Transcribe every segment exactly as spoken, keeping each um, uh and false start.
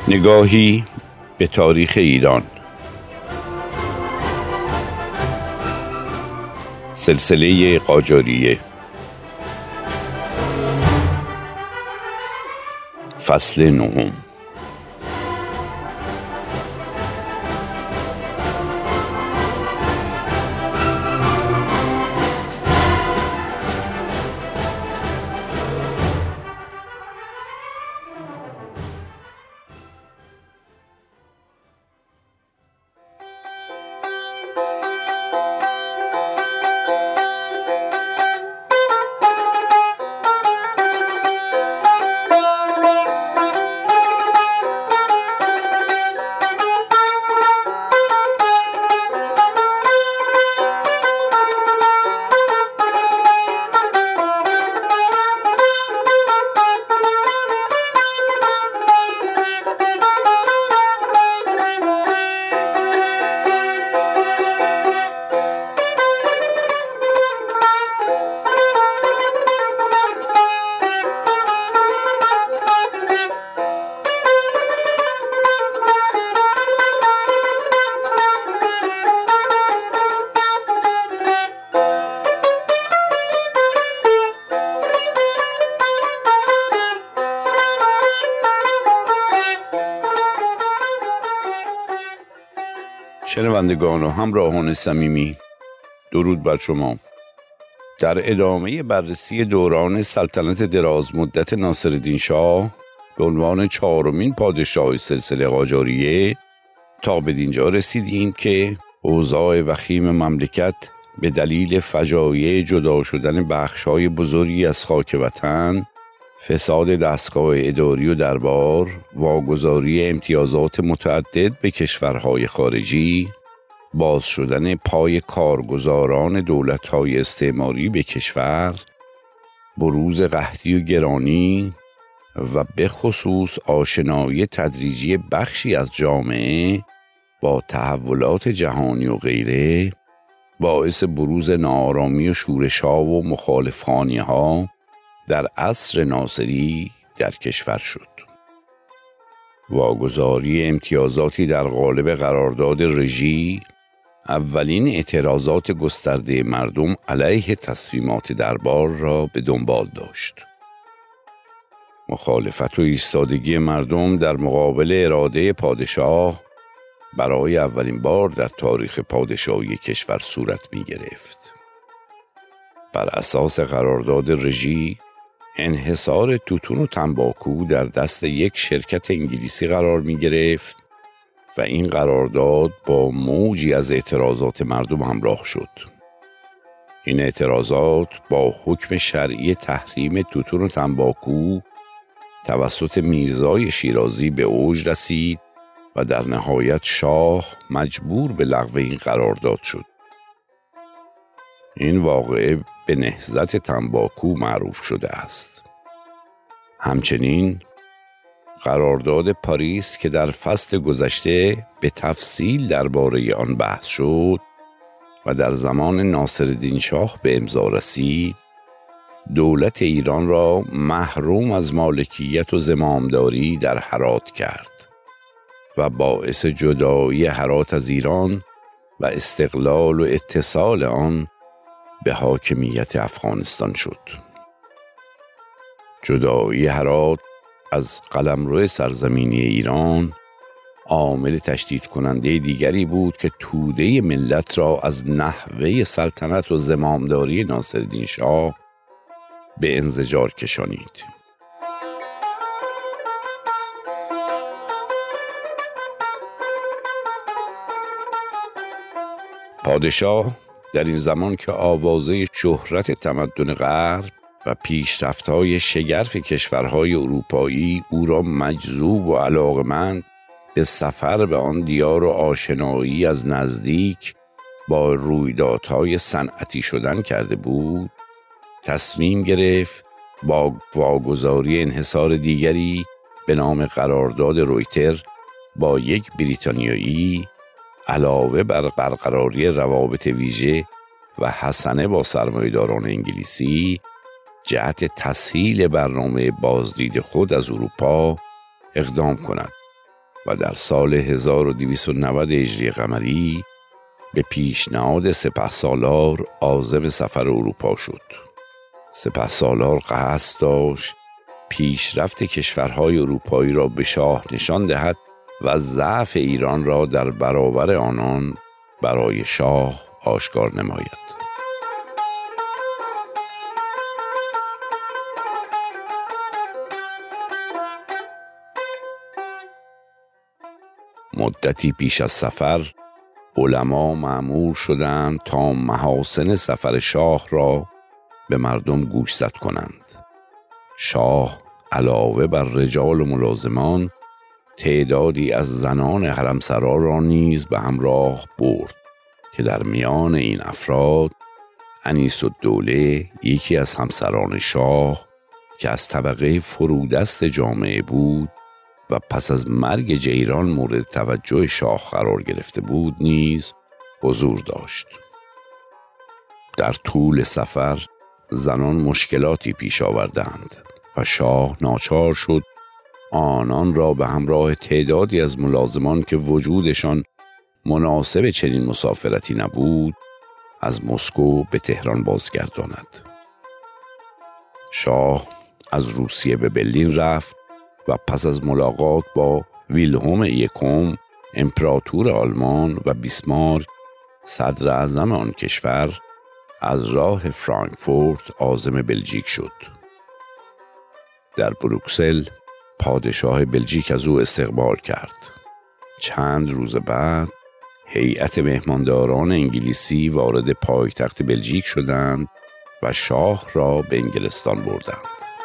نگاهی به تاریخ ایران. سلسله قاجاریه، فصل نهم. شنوندگان و همراهان صمیمی، درود بر شما. در ادامه بررسی دوران سلطنت دراز مدت ناصرالدین شاه به عنوان چهارمین پادشاه سلسله قاجاریه تا به دینجا رسیدیم که اوضاع وخیم مملکت به دلیل فجایع جدا شدن بخش‌های بزرگی از خاک وطن، فساد دستگاه اداری و دربار، واگذاری امتیازات متعدد به کشورهای خارجی، باز شدن پای کارگزاران دولت‌های استعماری به کشور، بروز قحطی و گرانی و به خصوص آشنایی تدریجی بخشی از جامعه با تحولات جهانی و غیره باعث بروز ناآرامی و شورش‌ها و مخالفخانی‌ها در عصر ناصری در کشور شد. واگذاری امتیازاتی در قالب قرارداد رژی اولین اعتراضات گسترده مردم علیه تصمیمات دربار را به دنبال داشت. مخالفت و ایستادگی مردم در مقابل اراده پادشاه برای اولین بار در تاریخ پادشاهی کشور صورت می گرفت. بر اساس قرارداد رژی، انحصار توتون و تنباکو در دست یک شرکت انگلیسی قرار می گرفت و این قرارداد با موجی از اعتراضات مردم همراه شد. این اعتراضات با حکم شرعی تحریم توتون و تنباکو توسط میرزای شیرازی به اوج رسید و در نهایت شاه مجبور به لغو این قرارداد شد. این واقعه به نهضت تنباکو معروف شده است. همچنین قرارداد پاریس که در فصل گذشته به تفصیل درباره آن بحث شد و در زمان ناصرالدین شاه به امضا رسید، دولت ایران را محروم از مالکیت و زمامداری در هرات کرد و باعث جدایی هرات از ایران و استقلال و اتصال آن به حاکمیت افغانستان شد. جدایی هرات از قلمرو سرزمینی ایران عامل تشدید کننده دیگری بود که توده ملت را از نحوه سلطنت و زمامداری ناصرالدین شاه به انزجار کشانید. پادشاه در این زمان که آوازه شهرت تمدن غرب و پیشرفت‌های شگرف کشورهای اروپایی او را مجذوب و علاقمند به سفر به آن دیار و آشنایی از نزدیک با رویدادهای صنعتی شدن کرده بود، تصمیم گرفت با واگذاری انحصار دیگری به نام قرارداد رویتر با یک بریتانیایی علاوه بر برقراری روابط ویژه و حسنه با سرمایه‌داران انگلیسی جهت تسهیل برنامه بازدید خود از اروپا اقدام کند و در سال هزار و دویست و نود هجری قمری به پیشنهاد سپهسالار عازم سفر اروپا شد. سپهسالار قصد داشت پیشرفت کشورهای اروپایی را به شاه نشان دهد و ضعف ایران را در برابر آنان برای شاه آشکار نماید. مدتی پیش از سفر علما مأمور شدند تا محاسن سفر شاه را به مردم گوشزد کنند. شاه علاوه بر رجال و ملازمان تعدادی از زنان حرمسرا را نیز به همراه برد که در میان این افراد انیس‌الدوله، یکی از همسران شاه که از طبقه فرودست جامعه بود و پس از مرگ جیران مورد توجه شاه قرار گرفته بود، نیز حضور داشت. در طول سفر زنان مشکلاتی پیش آوردند و شاه ناچار شد آنان را به همراه تعدادی از ملازمان که وجودشان مناسب چنین مسافرتی نبود از مسکو به تهران بازگرداند. شاه از روسیه به برلین رفت و پس از ملاقات با ویلهلم یکم امپراتور آلمان و بیسمارک صدر اعظم آن کشور از راه فرانکفورت عازم بلژیک شد. در بروکسل پادشاه بلژیک از او استقبال کرد. چند روز بعد هیئت مهمانداران انگلیسی وارد پایتخت بلژیک شدند و شاه را به انگلستان بردند.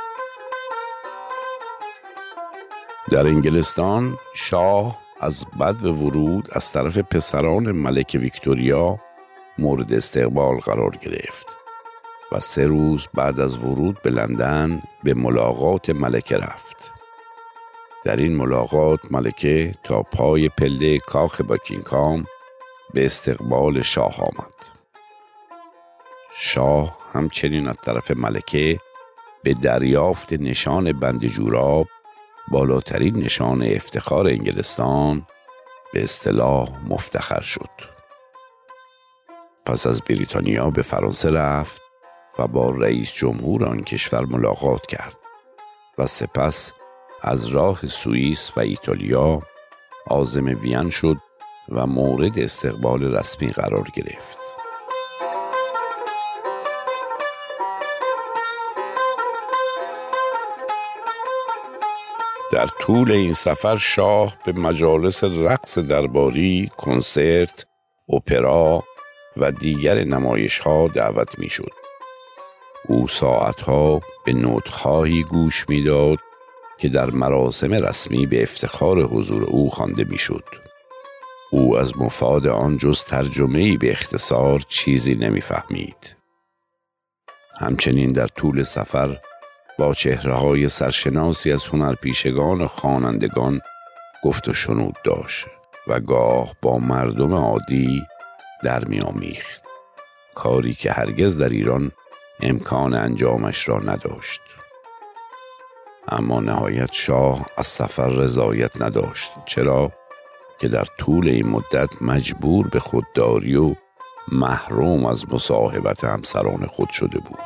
در انگلستان شاه از بدو ورود از طرف پسران ملکه ویکتوریا مورد استقبال قرار گرفت و سه روز بعد از ورود به لندن به ملاقات ملکه رفت. در این ملاقات ملکه تا پای پله کاخ باکینگهام به استقبال شاه آمد. شاه همچنین از طرف ملکه به دریافت نشان بند جوراب، بالاترین نشان افتخار انگلستان، به اصطلاح مفتخر شد. پس از بریتانیا به فرانسه رفت و با رئیس جمهور آن کشور ملاقات کرد و سپس از راه سوئیس و ایتالیا عازم وین شد و مورد استقبال رسمی قرار گرفت. در طول این سفر شاه به مجالس رقص درباری، کنسرت، اپرا و دیگر نمایش‌ها دعوت می‌شد. او ساعتها به نطق‌هایی گوش می‌داد که در مراسم رسمی به افتخار حضور او خوانده می‌شد. او از مفاد آن جز ترجمه‌ای به اختصار چیزی نمی‌فهمید. همچنین در طول سفر با چهره‌های سرشناسی از هنرپیشگان و خوانندگان گفت و شنود داشت و گاه با مردم عادی در می‌آمیخت، کاری که هرگز در ایران امکان انجامش را نداشت. اما نهایت شاه از سفر رضایت نداشت، چرا که در طول این مدت مجبور به خودداری و محروم از مصاحبت همسران خود شده بود.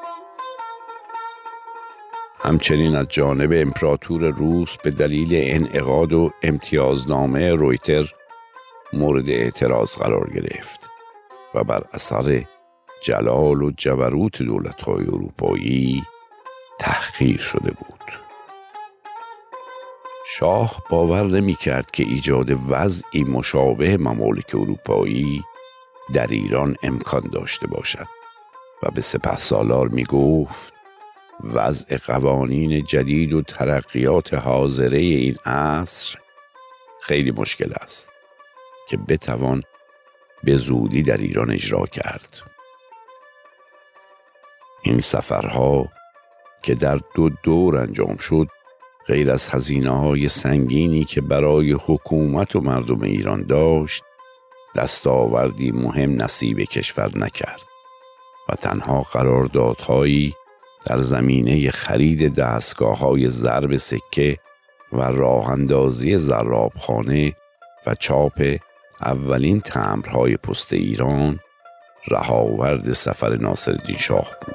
همچنین از جانب امپراتور روس به دلیل انعقاد و امتیازنامه رویتر مورد اعتراض قرار گرفت و بر اثر جلال و جبروت دولت‌های اروپایی تحقیر شده بود. شاه باور نمی‌کرد که ایجاد وضعی مشابه ممالک اروپایی در ایران امکان داشته باشد و به سپهسالار می‌گفت وضع قوانین جدید و ترقیات حاضره این عصر خیلی مشکل است که بتوان به زودی در ایران اجرا کرد. این سفرها که در دو دور انجام شد غیر از هزینه‌های سنگینی که برای حکومت و مردم ایران داشت، دستاوردی مهم نصیب کشور نکرد و تنها قراردادهایی در زمینه خرید دستگاه‌های ضرب سکه و راه اندازی زرابخانه و چاپ اولین تمبرهای پست ایران رهاورد سفر ناصرالدین شاه بود.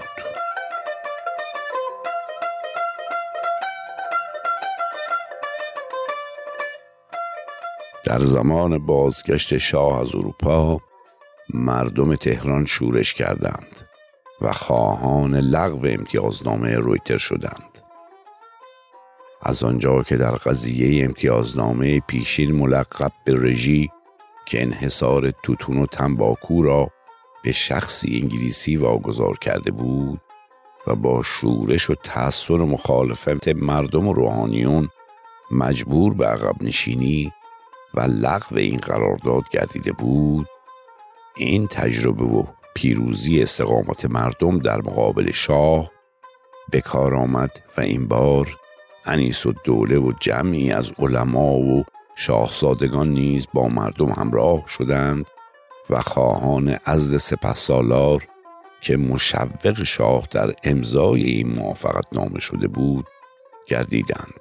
در زمان بازگشت شاه از اروپا مردم تهران شورش کردند و خواهان لغو امتیازنامه رویتر شدند. از آنجا که در قضیه امتیازنامه پیشین ملقب به رژی که انحصار توتون و تنباکو را به شخصی انگلیسی واگذار کرده بود و با شورش و تحصن و مخالفت مردم و روحانیون مجبور به عقب نشینی و لغو این قرارداد گردیده بود، این تجربه و پیروزی استقامت مردم در مقابل شاه به کار آمد و این بار انیس‌الدوله و جمعی از علما و شاهزادگان نیز با مردم همراه شدند و خواهان عزل سپهسالار که مشوق شاه در امضای این موافقت نامه شده بود گردیدند.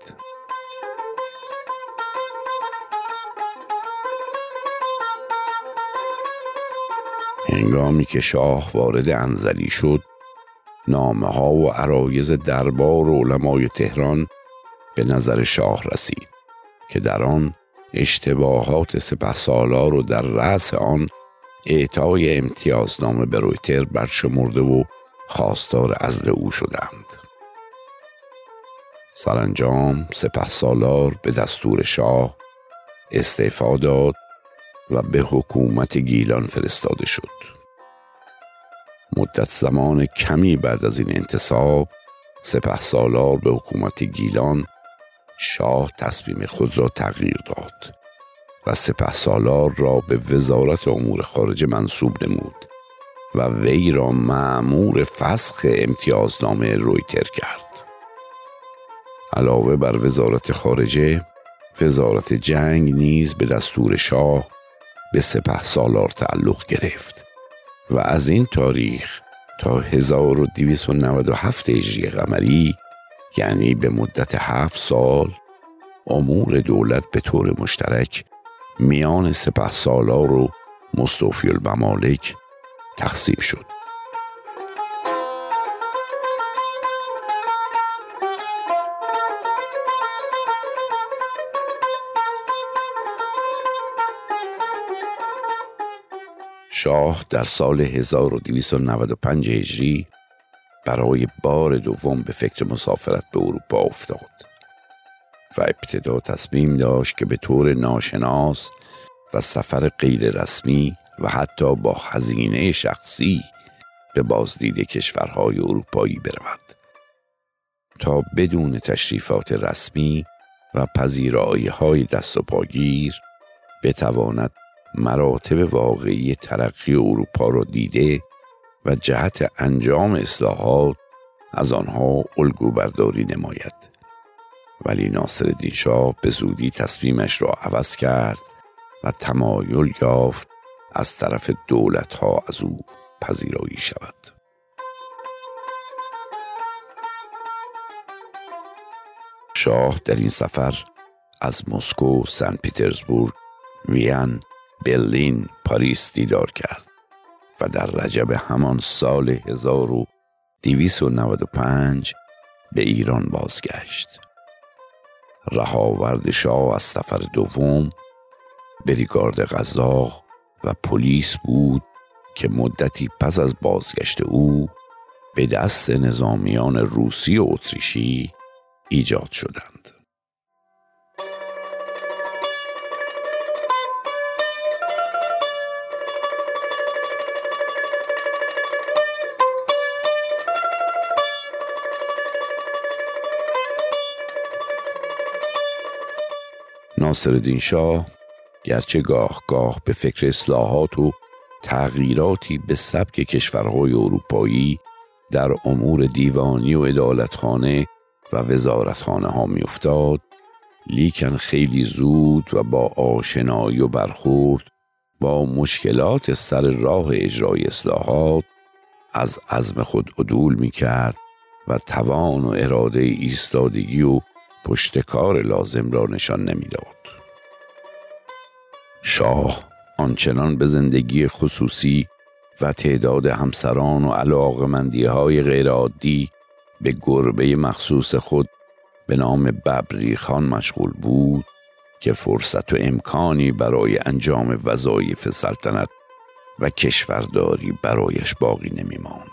هنگامی که شاه وارد انزلی شد، نامه ها و عرایض دربار و علمای تهران به نظر شاه رسید که در آن اشتباهات سپهسالار و در رأس آن اعطای امتیازنامه به رویتر برشمرده و خواستار عزل او شدند. سرانجام سپهسالار به دستور شاه استعفا داد و به حکومت گیلان فرستاده شد. مدت زمان کمی بعد از این انتصاب سپهسالار به حکومت گیلان شاه تصمیم خود را تغییر داد و سپهسالار را به وزارت امور خارجه منصوب نمود و وی را مأمور فسخ امتیازنامه رویتر کرد. علاوه بر وزارت خارجه، وزارت جنگ نیز به دستور شاه به سپهسالار تعلق گرفت و از این تاریخ تا هزار و دویست و نود و هفت هجری قمری، یعنی به مدت هفت سال، امور دولت به طور مشترک میان سپهسالار و مستوفی الممالک تقسیم شد. شاه در سال هزار و دویست و نود و پنج هجری برای بار دوم به فکر مسافرت به اروپا افتاد و ابتدا تصمیم داشت که به طور ناشناس و سفر غیر رسمی و حتی با هزینه شخصی به بازدید کشورهای اروپایی برود تا بدون تشریفات رسمی و پذیرایی‌های دست و پاگیر بتواند مراتب واقعی ترقی اروپا را دیده و جهت انجام اصلاحات از آنها الگو برداری نماید. ولی ناصرالدین شاه به زودی تصمیمش را عوض کرد و تمایل یافت از طرف دولت‌ها از او پذیرایی شود. شاه در این سفر از مسکو، سن پترزبورگ، وین، برلین، پاریس دیدار کرد و در رجب همان سال هزار و دویست و نود و پنج به ایران بازگشت. رهاورد شاه از سفر دوم بریگارد قزاق و پلیس بود که مدتی پس از بازگشت او به دست نظامیان روسی و اتریشی ایجاد شدند. ناصرالدین شاه گرچه گاه گاه به فکر اصلاحات و تغییراتی به سبک کشورهای اروپایی در امور دیوانی و عدالتخانه و وزارتخانه ها می افتاد، لیکن خیلی زود و با آشنایی و برخورد با مشکلات سر راه اجرای اصلاحات از عزم خود عدول می کرد و توان و اراده ایستادگی و پشتکار لازم را نشان نمیداد. شاه آنچنان به زندگی خصوصی و تعداد همسران و علاقمندی‌های غیرعادی به گربه مخصوص خود به نام ببریخان مشغول بود که فرصت و امکانی برای انجام وظایف سلطنت و کشورداری برایش باقی نمی ماند.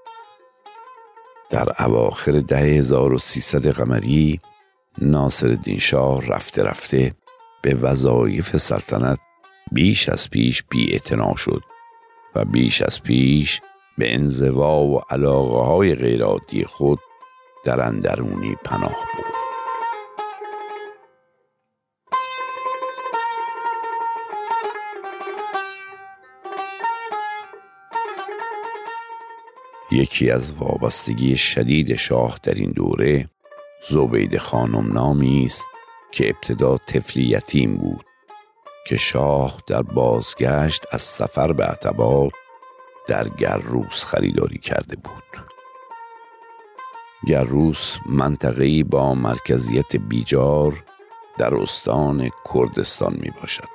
در اواخر ده هزار و سیصد قمری ناصرالدین شاه رفته رفته به وظایف سلطنت بیش از پیش بی‌اعتنا شد و بیش از پیش به انزوا و علاقه های غیرعادی خود در اندرونی پناه برد. یکی از وابستگی شدید شاه در این دوره زبیده خانم نامی است که ابتدا طفل یتیم بود که شاه در بازگشت از سفر به عتبات در گروس خریداری کرده بود. گروس منطقه‌ای با مرکزیت بیجار در استان کردستان می باشد.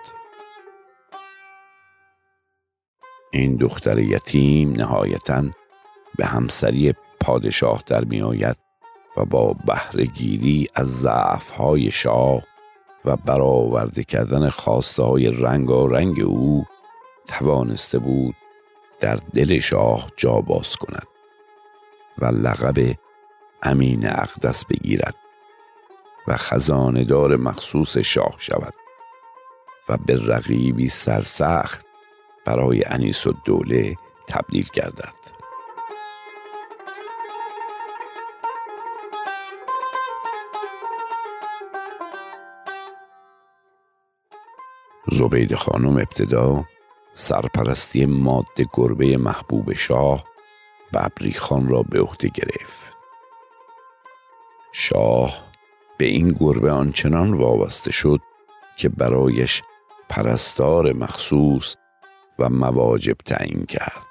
این دختر یتیم نهایتاً به همسری پادشاه در می آید و با بهره گیری از ضعف‌های شاه و برآورده کردن خواسته‌های رنگارنگ او توانسته بود در دل شاه جا باز کند و لقب امین اقدس بگیرد و خزانه‌دار مخصوص شاه شود و به رقیبی سرسخت برای انیس‌الدوله تبدیل گردد. زبیده خانم ابتدا سرپرستی ماده گربه محبوب شاه ببریخان را به عهده گرفت. شاه به این گربه آنچنان وابسته شد که برایش پرستار مخصوص و مواجب تعیین کرد.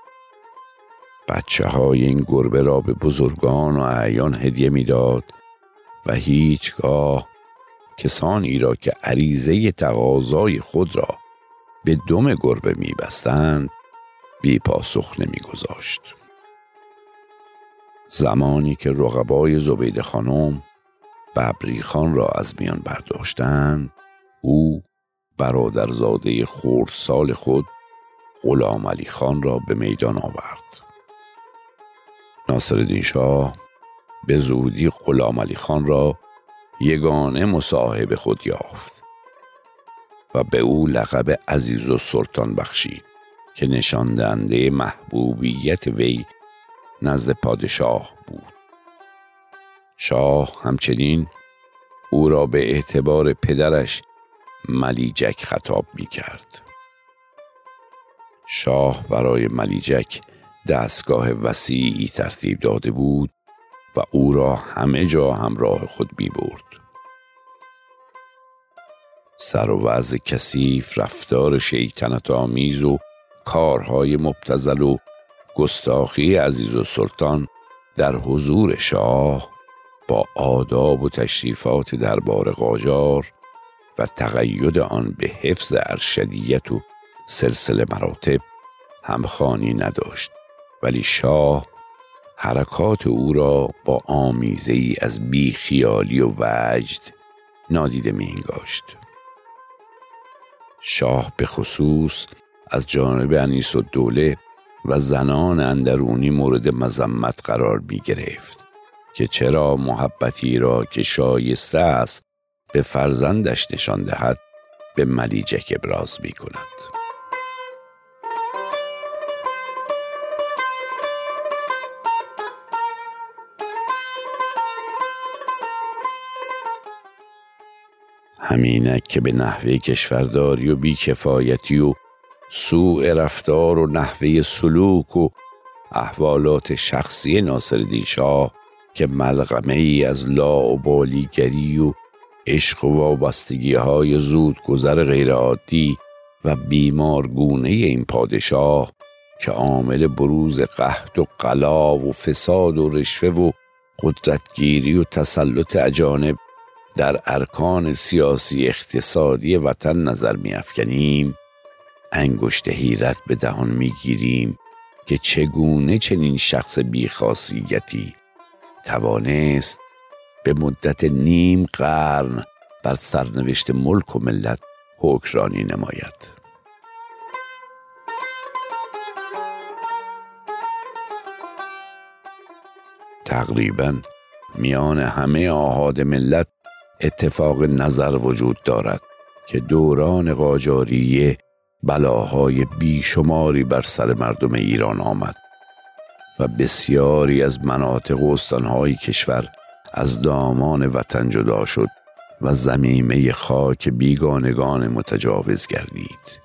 بچه های این گربه را به بزرگان و اعیان هدیه میداد و هیچگاه کسانی را که عریضه تقاضای خود را به دم گربه می بستند بی پاسخ نمی گذاشت. زمانی که رقبای زبیده خانم ببریخان را از میان برداشتند، او برادرزاده خردسال خود غلام علی خان را به میدان آورد. ناصرالدین شاه به زودی غلام علی خان را یگانه مصاحب خود یافت و به او لقب عزیزالسلطان بخشید که نشان دهنده محبوبیت وی نزد پادشاه بود. شاه همچنین او را به اعتبار پدرش ملیجک خطاب می کرد. شاه برای ملیجک دستگاه وسیعی ترتیب داده بود و او را همه جا همراه خود می برد. سر و وضع کثیف، رفتار شیطنت آمیز و کارهای مبتذل و گستاخی عزیزالسلطان در حضور شاه با آداب و تشریفات دربار قاجار و تقید آن به حفظ ارشدیت و سلسله مراتب همخوانی نداشت، ولی شاه حرکات او را با آمیزه‌ای از بیخیالی و وجد نادیده می‌انگاشت. شاه به خصوص از جانب انیس‌الدوله و زنان اندرونی مورد مذمت قرار می گرفت که چرا محبتی را که شایسته است به فرزندش نشان دهد به ملیجک ابراز می کند. همینک که به نحوه کشورداری و بیکفایتی و سوء رفتار و نحوه سلوک و احوالات شخصی ناصرالدین شاه که ملغمه ای از لاابالیگری و عشق و وابستگی های زود گذر غیرعادی و بیمارگونه این پادشاه که عامل بروز قحط و غلا و فساد و رشوه و قدرتگیری و تسلط اجانب در ارکان سیاسی اقتصادی وطن نظر می افکنیم، انگشت حیرت به دهان می گیریم که چگونه چنین شخص بیخاصیتی توانست به مدت نیم قرن بر سرنوشت ملک و ملت حکمرانی نماید. تقریباً میان همه آحاد ملت اتفاق نظر وجود دارد که دوران قاجاریه بلاهای بیشماری بر سر مردم ایران آمد و بسیاری از مناطق و استانهای کشور از دامان وطن جدا شد و ضمیمه خاک بیگانگان متجاوز گردید.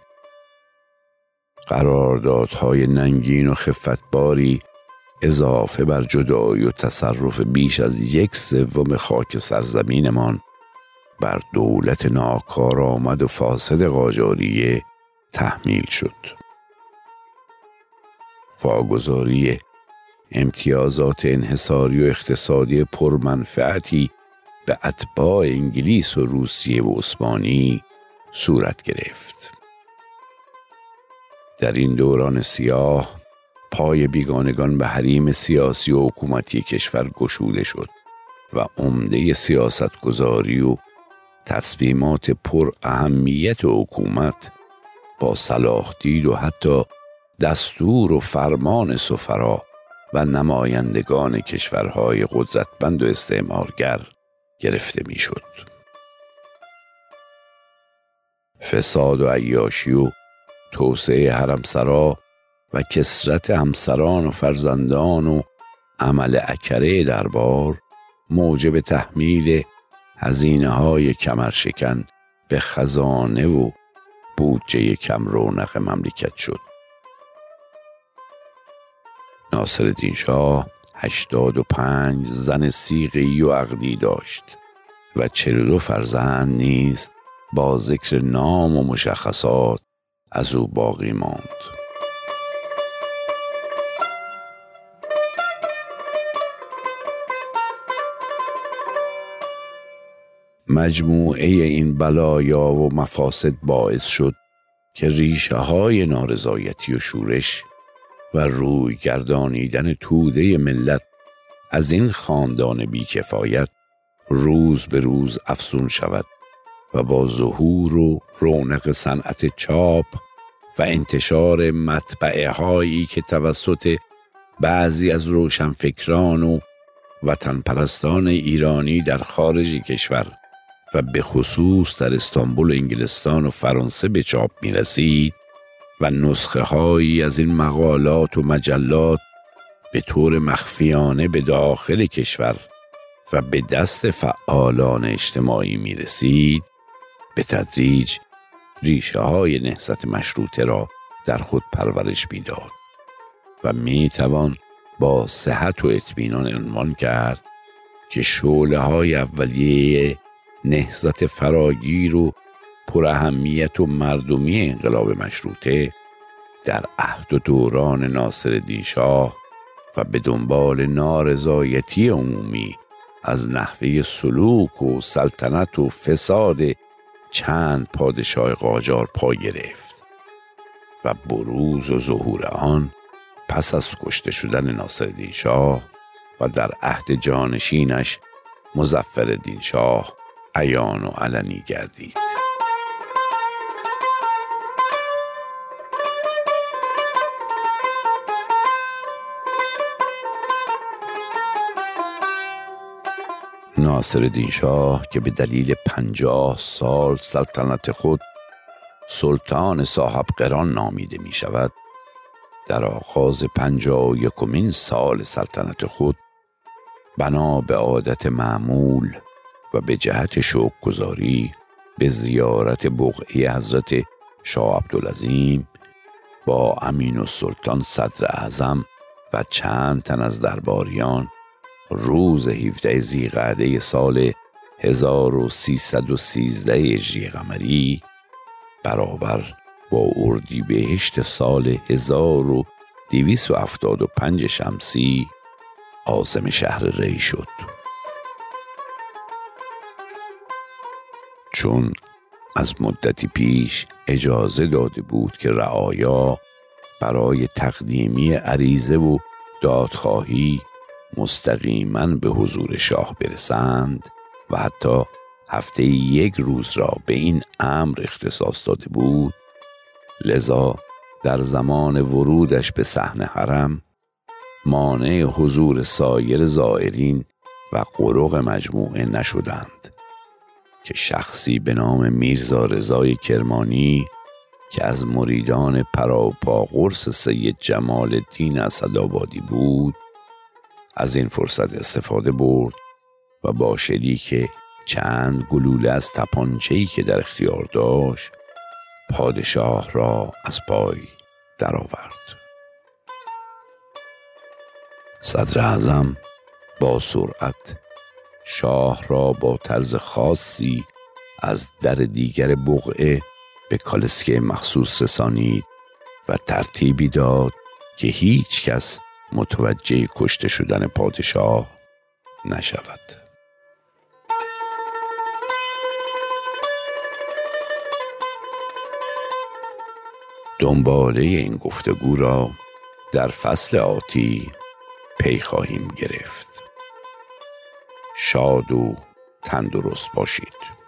قراردادهای ننگین و خفتباری اضافه بر جدایی و تصرف بیش از یک سوم خاک سرزمینمان بر دولت ناکارآمد و فاسد قاجاریه تحمیل شد. واگذاری امتیازات انحصاری و اقتصادی پرمنفعتی به اتباع انگلیس و روسیه و عثمانی صورت گرفت. در این دوران سیاه پای بیگانگان به حریم سیاسی و حکومتی کشور گشوده شد و عمده سیاست گذاری و تصمیمات پر اهمیت حکومت با صلاح دید و حتی دستور و فرمان سفرا و نمایندگان کشورهای قدرتمند و استعمارگر گرفته می شد. فساد و عیاشی و توسعه حرمسرا و کثرت همسران و فرزندان و عمل اکره دربار موجب تحمیل هزینه‌های کمرشکن به خزانه و بودجه کم رونق مملکت شد. ناصرالدین شاه هشتاد و پنج زن صیغه‌ای و عقدی داشت و چهل و دو فرزند نیز با ذکر نام و مشخصات از او باقی ماند. مجموعه این بلایا و مفاسد باعث شد که ریشه های نارضایتی و شورش و روی گردانیدن توده ملت از این خاندان بیکفایت روز به روز افزون شود و با ظهور و رونق صنعت چاپ و انتشار مطبعه هایی که توسط بعضی از روشنفکران و وطن پرستان ایرانی در خارج کشور و به خصوص در استانبول، انگلستان و فرانسه به چاپ می رسید و نسخه هایی از این مقالات و مجلات به طور مخفیانه به داخل کشور و به دست فعالان اجتماعی می رسید، به تدریج ریشه های نهضت مشروطه را در خود پرورش می داد و می توان با صحت و اطمینان عنوان کرد که شعله های اولیه نهضت فراگیر و پر اهمیت و مردمی انقلاب مشروطه در عهد و دوران ناصرالدین شاه و به دنبال نارضایتی عمومی از نحوه سلوک و سلطنت و فساد چند پادشاه قاجار پا گرفت و بروز و ظهور آن پس از کشته شدن ناصرالدین شاه و در عهد جانشینش مظفرالدین شاه عیان و علنی گردید. ناصرالدین شاه که به دلیل پنجاه سال سلطنت خود سلطان صاحب قران نامیده می شود، در آغاز پنجاه و یکمین سال سلطنت خود بنا به عادت معمول و به جهت شوک‌گزاری به زیارت بقعه حضرت شاه عبدالعظیم با امین السلطان صدر اعظم و چند تن از درباریان روز هفدهم ذیقعده سال هزار و سیصد و سیزده هجری قمری برابر با اردیبهشت سال هزار و دویست و هفتاد و پنج شمسی عاصم شهر ری شد. چون از مدتی پیش اجازه داده بود که رعایا برای تقدیمی عریضه و دادخواهی مستقیما به حضور شاه برسند و حتی هفته یک روز را به این امر اختصاص داده بود، لذا در زمان ورودش به صحن حرم مانع حضور سایر زائرین و قرق مجموعه نشدند که شخصی به نام میرزا رضای کرمانی که از مریدان پراپا قرص سید جمال الدین اسدآبادی بود از این فرصت استفاده برد و با شلیک چند گلوله از تپانچه‌ای که در اختیار داشت پادشاه را از پای درآورد. صدر اعظم با سرعت شاه را با طرز خاصی از در دیگر بقعه به کالسکه مخصوص رسانید و ترتیبی داد که هیچ کس متوجه کشته شدن پادشاه نشود. دنباله این گفتگو را در فصل آتی پی خواهیم گرفت. شاد و تندرست باشید.